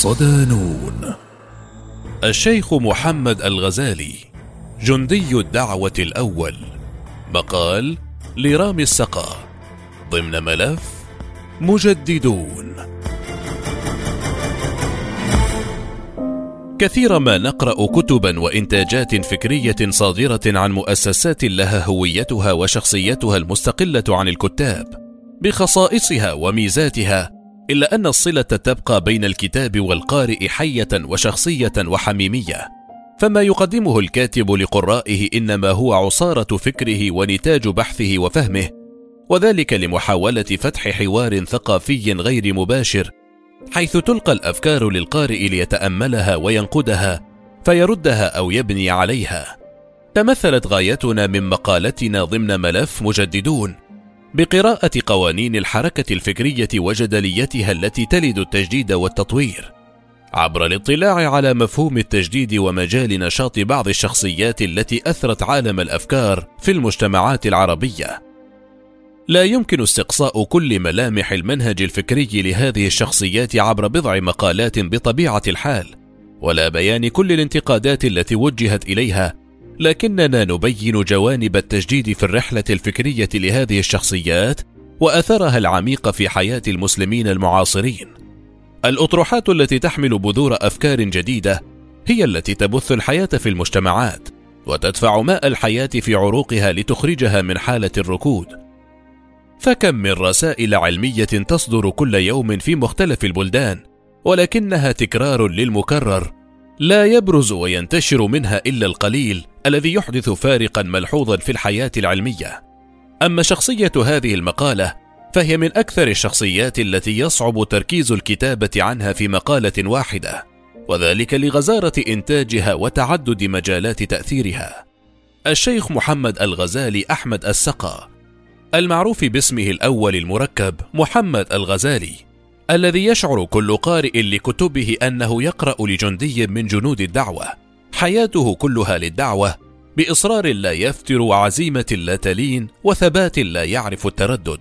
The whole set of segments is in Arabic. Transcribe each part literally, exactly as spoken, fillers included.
صدانون. الشيخ محمد الغزالي، جندي الدعوة الأول، مقال لرامي السقا ضمن ملف مجددون. كثيرا ما نقرأ كتبا وإنتاجات فكرية صادرة عن مؤسسات لها هويتها وشخصيتها المستقلة عن الكتاب بخصائصها وميزاتها، إلا أن الصلة تبقى بين الكتاب والقارئ حية وشخصية وحميمية، فما يقدمه الكاتب لقرائه إنما هو عصارة فكره ونتاج بحثه وفهمه، وذلك لمحاولة فتح حوار ثقافي غير مباشر، حيث تلقى الأفكار للقارئ ليتأملها وينقدها فيردها أو يبني عليها. تمثلت غايتنا من مقالتنا ضمن ملف مجددون بقراءة قوانين الحركة الفكرية وجدليتها التي تلد التجديد والتطوير، عبر الاطلاع على مفهوم التجديد ومجال نشاط بعض الشخصيات التي أثرت عالم الأفكار في المجتمعات العربية. لا يمكن استقصاء كل ملامح المنهج الفكري لهذه الشخصيات عبر بضع مقالات بطبيعة الحال، ولا بيان كل الانتقادات التي وجهت إليها، لكننا نبين جوانب التجديد في الرحلة الفكرية لهذه الشخصيات وأثرها العميق في حياة المسلمين المعاصرين. الأطروحات التي تحمل بذور أفكار جديدة هي التي تبث الحياة في المجتمعات وتدفع ماء الحياة في عروقها لتخرجها من حالة الركود. فكم من رسائل علمية تصدر كل يوم في مختلف البلدان، ولكنها تكرار للمكرر، لا يبرز وينتشر منها إلا القليل الذي يحدث فارقا ملحوظا في الحياة العلمية. أما شخصية هذه المقالة فهي من أكثر الشخصيات التي يصعب تركيز الكتابة عنها في مقالة واحدة، وذلك لغزارة إنتاجها وتعدد مجالات تأثيرها. الشيخ محمد الغزالي أحمد السقا، المعروف باسمه الأول المركب محمد الغزالي، الذي يشعر كل قارئ لكتبه أنه يقرأ لجندي من جنود الدعوة، حياته كلها للدعوة، بإصرار لا يفتر وعزيمة لا تلين وثبات لا يعرف التردد.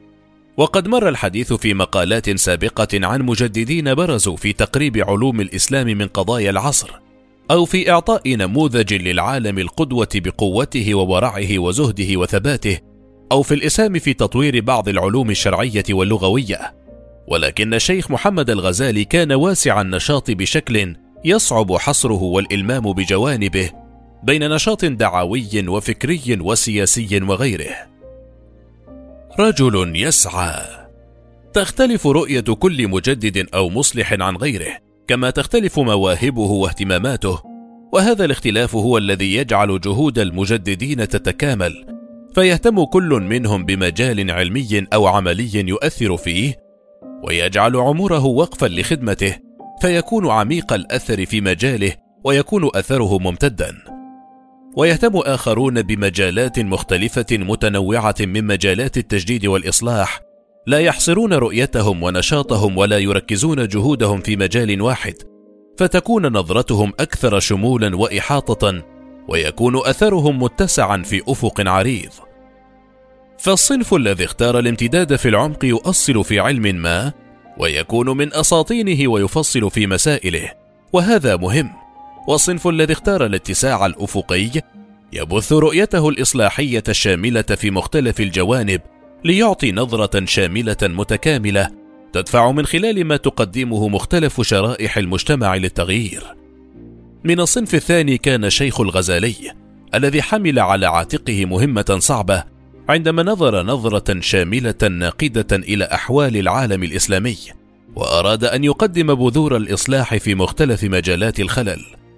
وقد مر الحديث في مقالات سابقة عن مجددين برزوا في تقريب علوم الإسلام من قضايا العصر، أو في إعطاء نموذج للعالم القدوة بقوته وورعه وزهده وثباته، أو في الإسهام في تطوير بعض العلوم الشرعية واللغوية. ولكن الشيخ محمد الغزالي كان واسع النشاط بشكل يصعب حصره والإلمام بجوانبه بين نشاط دعوي وفكري وسياسي وغيره. رجل يسعى. تختلف رؤية كل مجدد أو مصلح عن غيره، كما تختلف مواهبه واهتماماته، وهذا الاختلاف هو الذي يجعل جهود المجددين تتكامل، فيهتم كل منهم بمجال علمي أو عملي يؤثر فيه، ويجعل عمره وقفا لخدمته، فيكون عميق الأثر في مجاله ويكون أثره ممتدا. ويهتم آخرون بمجالات مختلفة متنوعة من مجالات التجديد والإصلاح، لا يحصرون رؤيتهم ونشاطهم ولا يركزون جهودهم في مجال واحد، فتكون نظرتهم أكثر شمولا وإحاطة، ويكون أثرهم متسعا في أفق عريض. فالصنف الذي اختار الامتداد في العمق يؤصل في علم ما، ويكون من أساطينه ويفصل في مسائله، وهذا مهم. والصنف الذي اختار الاتساع الأفقي يبث رؤيته الإصلاحية الشاملة في مختلف الجوانب، ليعطي نظرة شاملة متكاملة تدفع من خلال ما تقدمه مختلف شرائح المجتمع للتغيير. من الصنف الثاني كان شيخ الغزالي، الذي حمل على عاتقه مهمة صعبة عندما نظر نظرة شاملة ناقدة إلى أحوال العالم الإسلامي، وأراد أن يقدم بذور الإصلاح في مختلف مجالات الخلل.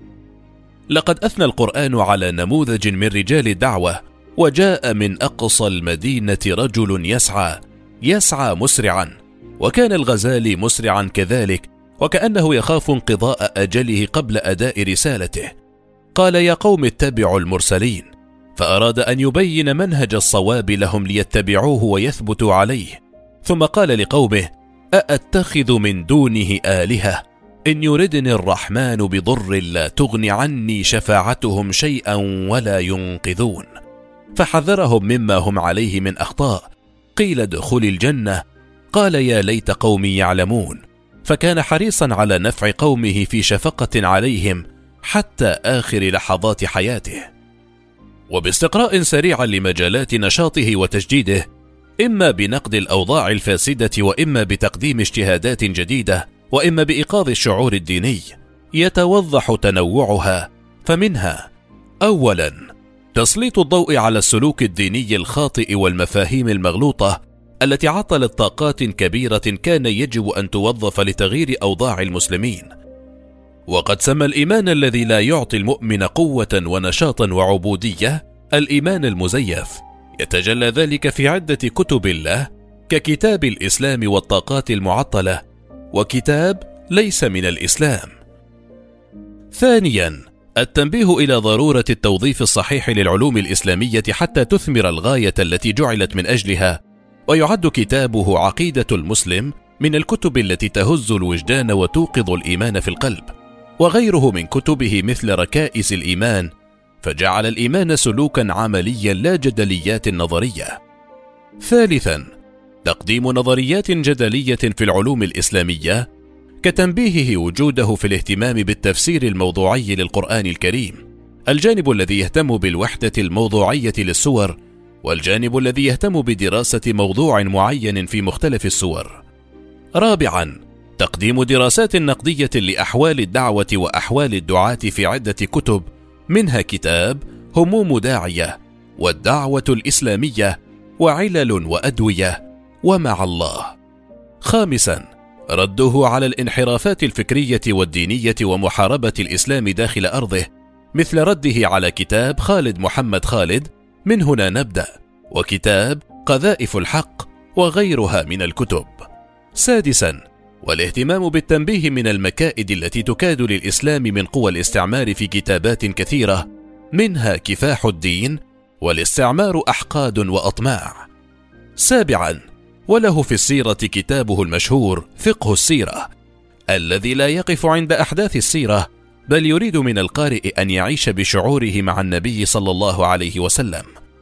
لقد أثنى القرآن على نموذج من رجال الدعوة، وجاء من أقصى المدينة رجل يسعى يسعى مسرعا، وكان الغزالي مسرعا كذلك، وكأنه يخاف انقضاء أجله قبل أداء رسالته. قال: يا قوم اتبعوا المرسلين، فأراد أن يبين منهج الصواب لهم ليتبعوه ويثبتوا عليه. ثم قال لقومه: أأتخذ من دونه آلهة إن يردني الرحمن بضر لا تغن عني شفاعتهم شيئا ولا ينقذون. فحذرهم مما هم عليه من أخطاء. قيل ادخل الجنة، قال: يا ليت قومي يعلمون. فكان حريصا على نفع قومه في شفقة عليهم حتى آخر لحظات حياته. وباستقراء سريع لمجالات نشاطه وتجديده، إما بنقد الأوضاع الفاسدة وإما بتقديم اجتهادات جديدة وإما بإيقاظ الشعور الديني، يتوضح تنوعها. فمنها: أولا، تسليط الضوء على السلوك الديني الخاطئ والمفاهيم المغلوطة التي عطلت طاقات كبيرة كان يجب أن توظف لتغيير أوضاع المسلمين. وقد سمى الإيمان الذي لا يعطي المؤمن قوة ونشاطا وعبودية الإيمان المزيف، يتجلى ذلك في عدة كتب له ككتاب الإسلام والطاقات المعطلة وكتاب ليس من الإسلام. ثانيا، التنبيه إلى ضرورة التوظيف الصحيح للعلوم الإسلامية حتى تثمر الغاية التي جعلت من أجلها، ويعد كتابه عقيدة المسلم من الكتب التي تهز الوجدان وتوقظ الإيمان في القلب، وغيره من كتبه مثل ركائز الإيمان، فجعل الإيمان سلوكا عمليا لا جدليات نظرية. ثالثا، تقديم نظريات جدلية في العلوم الإسلامية، كتنبيهه وجوده في الاهتمام بالتفسير الموضوعي للقرآن الكريم، الجانب الذي يهتم بالوحدة الموضوعية للسور، والجانب الذي يهتم بدراسة موضوع معين في مختلف السور. رابعا، تقديم دراسات نقدية لأحوال الدعوة وأحوال الدعاة في عدة كتب، منها كتاب هموم داعية، والدعوة الإسلامية، وعلل وأدوية، ومع الله. خامسا، رده على الانحرافات الفكرية والدينية ومحاربة الإسلام داخل أرضه، مثل رده على كتاب خالد محمد خالد من هنا نبدأ، وكتاب قذائف الحق، وغيرها من الكتب. سادسا، والاهتمام بالتنبيه من المكائد التي تكاد للإسلام من قوى الاستعمار في كتابات كثيرة، منها كفاح الدين، والاستعمار أحقاد وأطماع. سابعا، وله في السيرة كتابه المشهور فقه السيرة، الذي لا يقف عند أحداث السيرة، بل يريد من القارئ أن يعيش بشعوره مع النبي صلى الله عليه وسلم.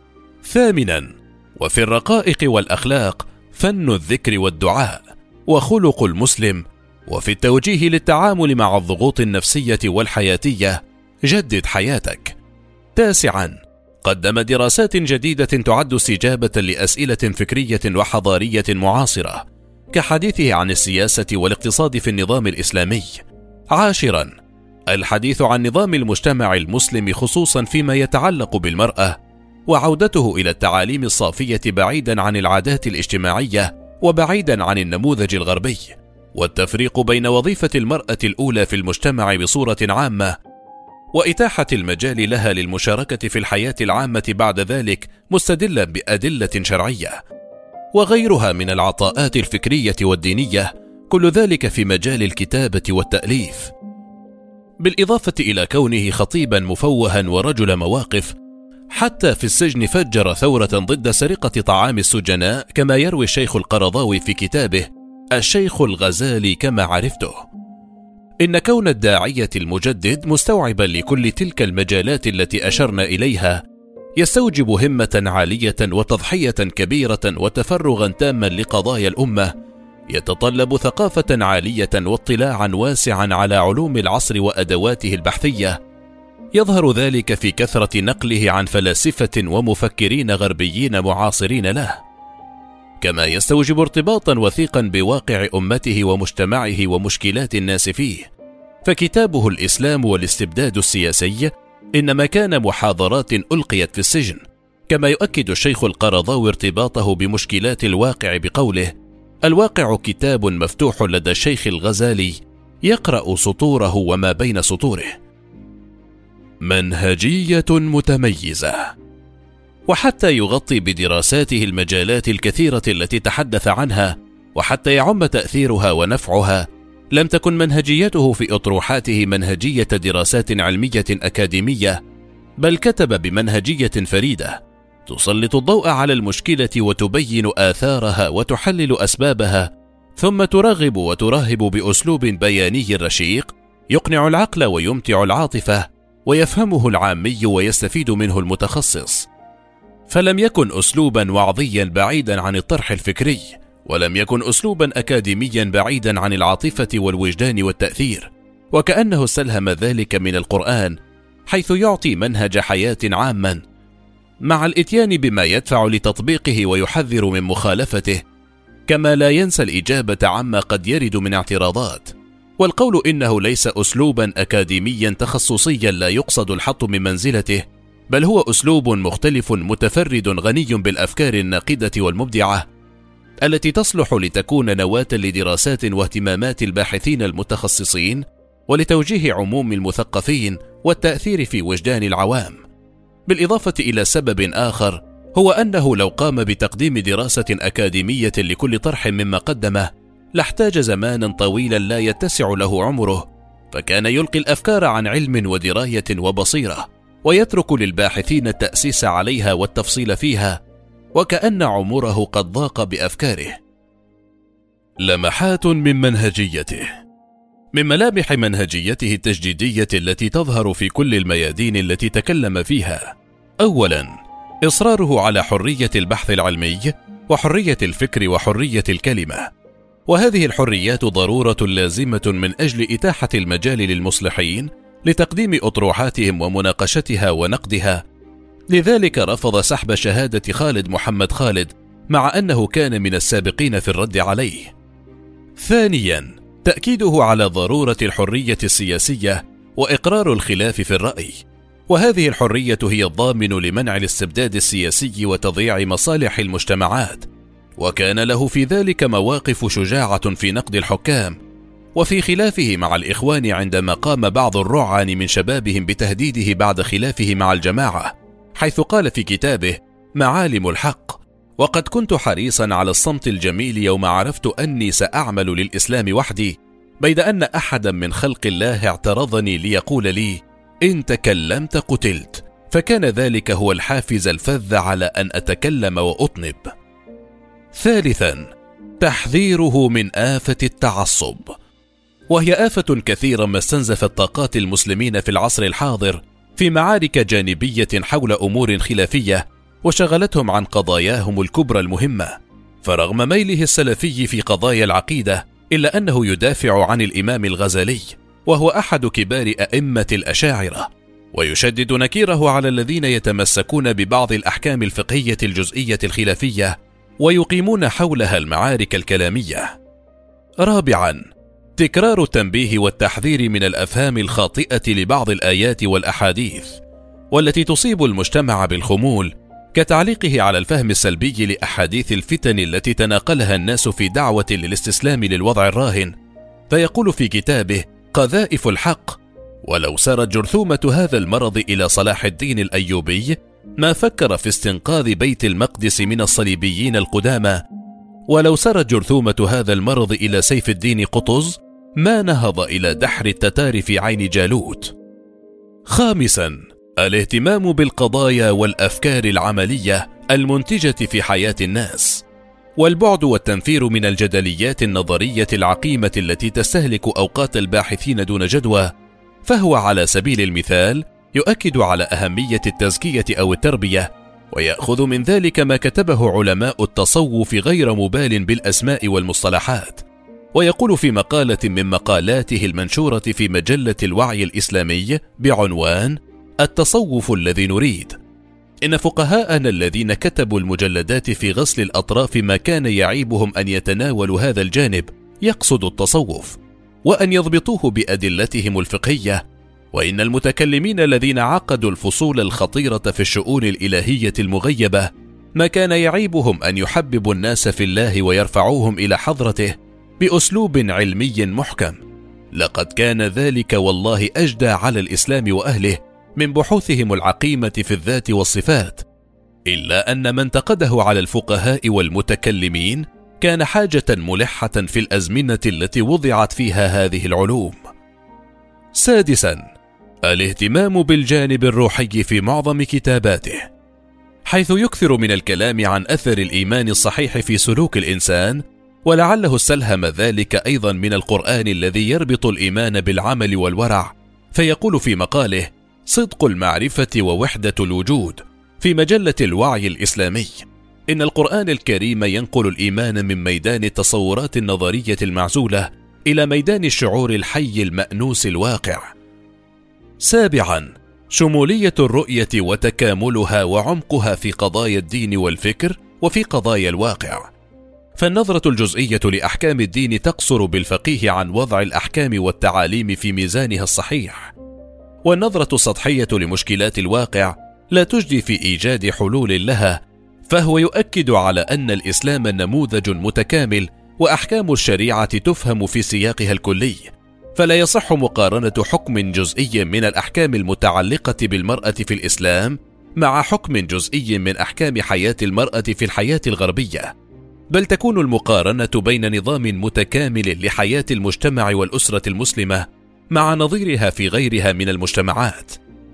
ثامنا، وفي الرقائق والأخلاق فن الذكر والدعاء، وخلق المسلم، وفي التوجيه للتعامل مع الضغوط النفسية والحياتية جدد حياتك. تاسعا، قدم دراسات جديدة تعد استجابة لأسئلة فكرية وحضارية معاصرة، كحديثه عن السياسة والاقتصاد في النظام الإسلامي. عاشرا، الحديث عن نظام المجتمع المسلم خصوصا فيما يتعلق بالمرأة، وعودته إلى التعاليم الصافية بعيدا عن العادات الاجتماعية وبعيدا عن النموذج الغربي، والتفريق بين وظيفة المرأة الأولى في المجتمع بصورة عامة، وإتاحة المجال لها للمشاركة في الحياة العامة بعد ذلك مستدلا بأدلة شرعية، وغيرها من العطاءات الفكرية والدينية، كل ذلك في مجال الكتابة والتأليف. بالإضافة إلى كونه خطيبا مفوها ورجل مواقف، حتى في السجن فجر ثورة ضد سرقة طعام السجناء، كما يروي الشيخ القرضاوي في كتابه الشيخ الغزالي كما عرفته. إن كون الداعية المجدد مستوعبا لكل تلك المجالات التي أشرنا إليها يستوجب همة عالية وتضحية كبيرة وتفرغا تاما لقضايا الأمة، يتطلب ثقافة عالية واطلاعا واسعا على علوم العصر وأدواته البحثية، يظهر ذلك في كثرة نقله عن فلاسفة ومفكرين غربيين معاصرين له، كما يستوجب ارتباطا وثيقا بواقع أمته ومجتمعه ومشكلات الناس فيه. فكتابه الإسلام والاستبداد السياسي إنما كان محاضرات ألقيت في السجن، كما يؤكد الشيخ القرضاوي ارتباطه بمشكلات الواقع بقوله: الواقع كتاب مفتوح لدى الشيخ الغزالي يقرأ سطوره وما بين سطوره. منهجية متميزة. وحتى يغطي بدراساته المجالات الكثيرة التي تحدث عنها، وحتى يعم تأثيرها ونفعها، لم تكن منهجيته في أطروحاته منهجية دراسات علمية أكاديمية، بل كتب بمنهجية فريدة تسلط الضوء على المشكلة وتبين آثارها وتحلل أسبابها، ثم ترغب وترهب بأسلوب بياني رشيق يقنع العقل ويمتع العاطفة ويفهمه العامي ويستفيد منه المتخصص. فلم يكن أسلوبا وعظيا بعيدا عن الطرح الفكري، ولم يكن أسلوبا أكاديميا بعيدا عن العاطفة والوجدان والتأثير، وكأنه استلهم ذلك من القرآن، حيث يعطي منهج حياة عاما مع الإتيان بما يدفع لتطبيقه ويحذر من مخالفته، كما لا ينسى الإجابة عما قد يرد من اعتراضات. والقول إنه ليس أسلوبا أكاديميا تخصصيا لا يقصد الحط من منزلته، بل هو أسلوب مختلف متفرد غني بالأفكار الناقدة والمبدعة التي تصلح لتكون نواة لدراسات واهتمامات الباحثين المتخصصين، ولتوجيه عموم المثقفين والتأثير في وجدان العوام. بالإضافة إلى سبب آخر، هو أنه لو قام بتقديم دراسة أكاديمية لكل طرح مما قدمه لاحتاج زمانا طويلا لا يتسع له عمره، فكان يلقي الأفكار عن علم ودراية وبصيرة، ويترك للباحثين التأسيس عليها والتفصيل فيها، وكأن عمره قد ضاق بأفكاره. لمحات من منهجيته. من ملامح منهجيته التجديدية التي تظهر في كل الميادين التي تكلم فيها: أولا، إصراره على حرية البحث العلمي وحرية الفكر وحرية الكلمة، وهذه الحريات ضرورة لازمة من أجل إتاحة المجال للمصلحين لتقديم أطروحاتهم ومناقشتها ونقدها. لذلك رفض سحب شهادة خالد محمد خالد، مع أنه كان من السابقين في الرد عليه. ثانيا، تأكيده على ضرورة الحرية السياسية وإقرار الخلاف في الرأي، وهذه الحرية هي الضامن لمنع الاستبداد السياسي وتضييع مصالح المجتمعات، وكان له في ذلك مواقف شجاعة في نقد الحكام، وفي خلافه مع الإخوان عندما قام بعض الرعان من شبابهم بتهديده بعد خلافه مع الجماعة، حيث قال في كتابه معالم الحق: وقد كنت حريصا على الصمت الجميل يوم عرفت أني سأعمل للإسلام وحدي، بيد أن أحدا من خلق الله اعترضني ليقول لي: إن تكلمت قتلت، فكان ذلك هو الحافز الفذ على أن أتكلم وأطنب. ثالثا، تحذيره من آفة التعصب، وهي آفة كثيرا ما استنزفت طاقات المسلمين في العصر الحاضر في معارك جانبية حول أمور خلافية، وشغلتهم عن قضاياهم الكبرى المهمة. فرغم ميله السلفي في قضايا العقيدة، إلا أنه يدافع عن الإمام الغزالي، وهو أحد كبار أئمة الأشاعرة، ويشدد نكيره على الذين يتمسكون ببعض الأحكام الفقهية الجزئية الخلافية ويقيمون حولها المعارك الكلامية. رابعا، تكرار التنبيه والتحذير من الأفهام الخاطئة لبعض الآيات والأحاديث، والتي تصيب المجتمع بالخمول، كتعليقه على الفهم السلبي لأحاديث الفتن التي تناقلها الناس في دعوة للاستسلام للوضع الراهن، فيقول في كتابه قذائف الحق: ولو سرت جرثومة هذا المرض إلى صلاح الدين الأيوبي ما فكر في استنقاذ بيت المقدس من الصليبيين القدامى، ولو سرت جرثومة هذا المرض إلى سيف الدين قطز ما نهض إلى دحر التتار في عين جالوت. خامسا، الاهتمام بالقضايا والأفكار العملية المنتجة في حياة الناس، والبعد والتنفير من الجدليات النظرية العقيمة التي تستهلك أوقات الباحثين دون جدوى. فهو على سبيل المثال يؤكد على أهمية التزكية أو التربية، ويأخذ من ذلك ما كتبه علماء التصوف غير مبال بالأسماء والمصطلحات، ويقول في مقالة من مقالاته المنشورة في مجلة الوعي الإسلامي بعنوان التصوف الذي نريد: إن فقهاءنا الذين كتبوا المجلدات في غسل الأطراف ما كان يعيبهم أن يتناولوا هذا الجانب، يقصد التصوف، وأن يضبطوه بأدلتهم الفقهية. وإن المتكلمين الذين عقدوا الفصول الخطيرة في الشؤون الإلهية المغيبة ما كان يعيبهم أن يحببوا الناس في الله ويرفعوهم إلى حضرته بأسلوب علمي محكم. لقد كان ذلك والله أجدى على الإسلام وأهله من بحوثهم العقيمة في الذات والصفات، إلا أن من تقده على الفقهاء والمتكلمين كان حاجة ملحة في الأزمنة التي وضعت فيها هذه العلوم. سادسا، الاهتمام بالجانب الروحي في معظم كتاباته، حيث يكثر من الكلام عن أثر الإيمان الصحيح في سلوك الإنسان، ولعله استلهم ذلك أيضا من القرآن الذي يربط الإيمان بالعمل والورع. فيقول في مقاله صدق المعرفة ووحدة الوجود في مجلة الوعي الإسلامي: إن القرآن الكريم ينقل الإيمان من ميدان التصورات النظرية المعزولة إلى ميدان الشعور الحي المأنوس الواقع. سابعا، شمولية الرؤية وتكاملها وعمقها في قضايا الدين والفكر وفي قضايا الواقع. فالنظرة الجزئية لأحكام الدين تقصر بالفقيه عن وضع الأحكام والتعاليم في ميزانها الصحيح، والنظرة السطحية لمشكلات الواقع لا تجدي في إيجاد حلول لها، فهو يؤكد على أن الإسلام نموذج متكامل وأحكام الشريعة تفهم في سياقها الكلي، فلا يصح مقارنة حكم جزئي من الأحكام المتعلقة بالمرأة في الإسلام مع حكم جزئي من أحكام حياة المرأة في الحياة الغربية، بل تكون المقارنة بين نظام متكامل لحياة المجتمع والأسرة المسلمة مع نظيرها في غيرها من المجتمعات.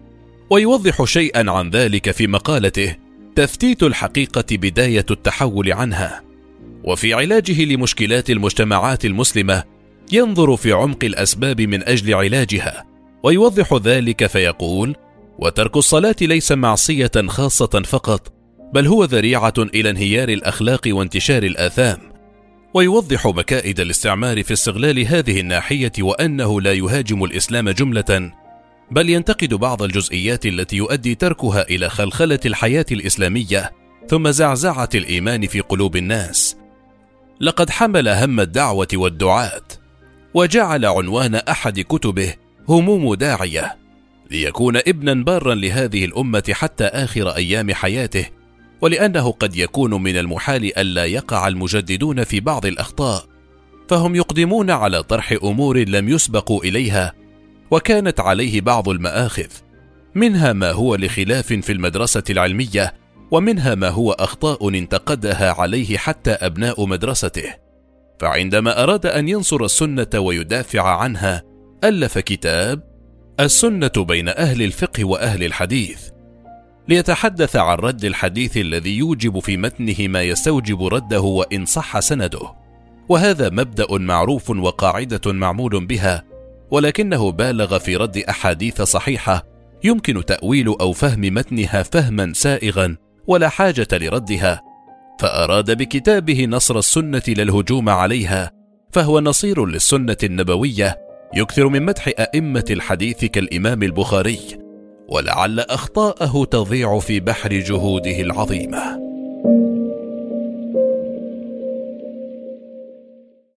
ويوضح شيئا عن ذلك في مقالته تفتيت الحقيقة بداية التحول عنها، وفي علاجه لمشكلات المجتمعات المسلمة ينظر في عمق الأسباب من أجل علاجها، ويوضح ذلك فيقول: وترك الصلاة ليس معصية خاصة فقط، بل هو ذريعة إلى انهيار الأخلاق وانتشار الآثام. ويوضح مكائد الاستعمار في استغلال هذه الناحية، وأنه لا يهاجم الإسلام جملة، بل ينتقد بعض الجزئيات التي يؤدي تركها إلى خلخلة الحياة الإسلامية ثم زعزعة الإيمان في قلوب الناس. لقد حمل هم الدعوة والدعاة، وجعل عنوان أحد كتبه هموم داعية، ليكون ابنا بارا لهذه الأمة حتى آخر أيام حياته، ولأنه قد يكون من المحال ألا يقع المجددون في بعض الأخطاء، فهم يقدمون على طرح أمور لم يسبقوا إليها، وكانت عليه بعض المآخذ، منها ما هو لخلاف في المدرسة العلمية، ومنها ما هو أخطاء انتقدها عليه حتى أبناء مدرسته. فعندما أراد أن ينصر السنة ويدافع عنها ألف كتاب السنة بين أهل الفقه وأهل الحديث، ليتحدث عن رد الحديث الذي يوجب في متنه ما يستوجب رده وإن صح سنده، وهذا مبدأ معروف وقاعدة معمول بها، ولكنه بالغ في رد أحاديث صحيحة يمكن تأويل أو فهم متنها فهما سائغا ولا حاجة لردها، فأراد بكتابه نصر السنة للهجوم عليها، فهو نصير للسنة النبوية يكثر من مدح أئمة الحديث كالإمام البخاري، ولعل أخطاءه تضيع في بحر جهوده العظيمة.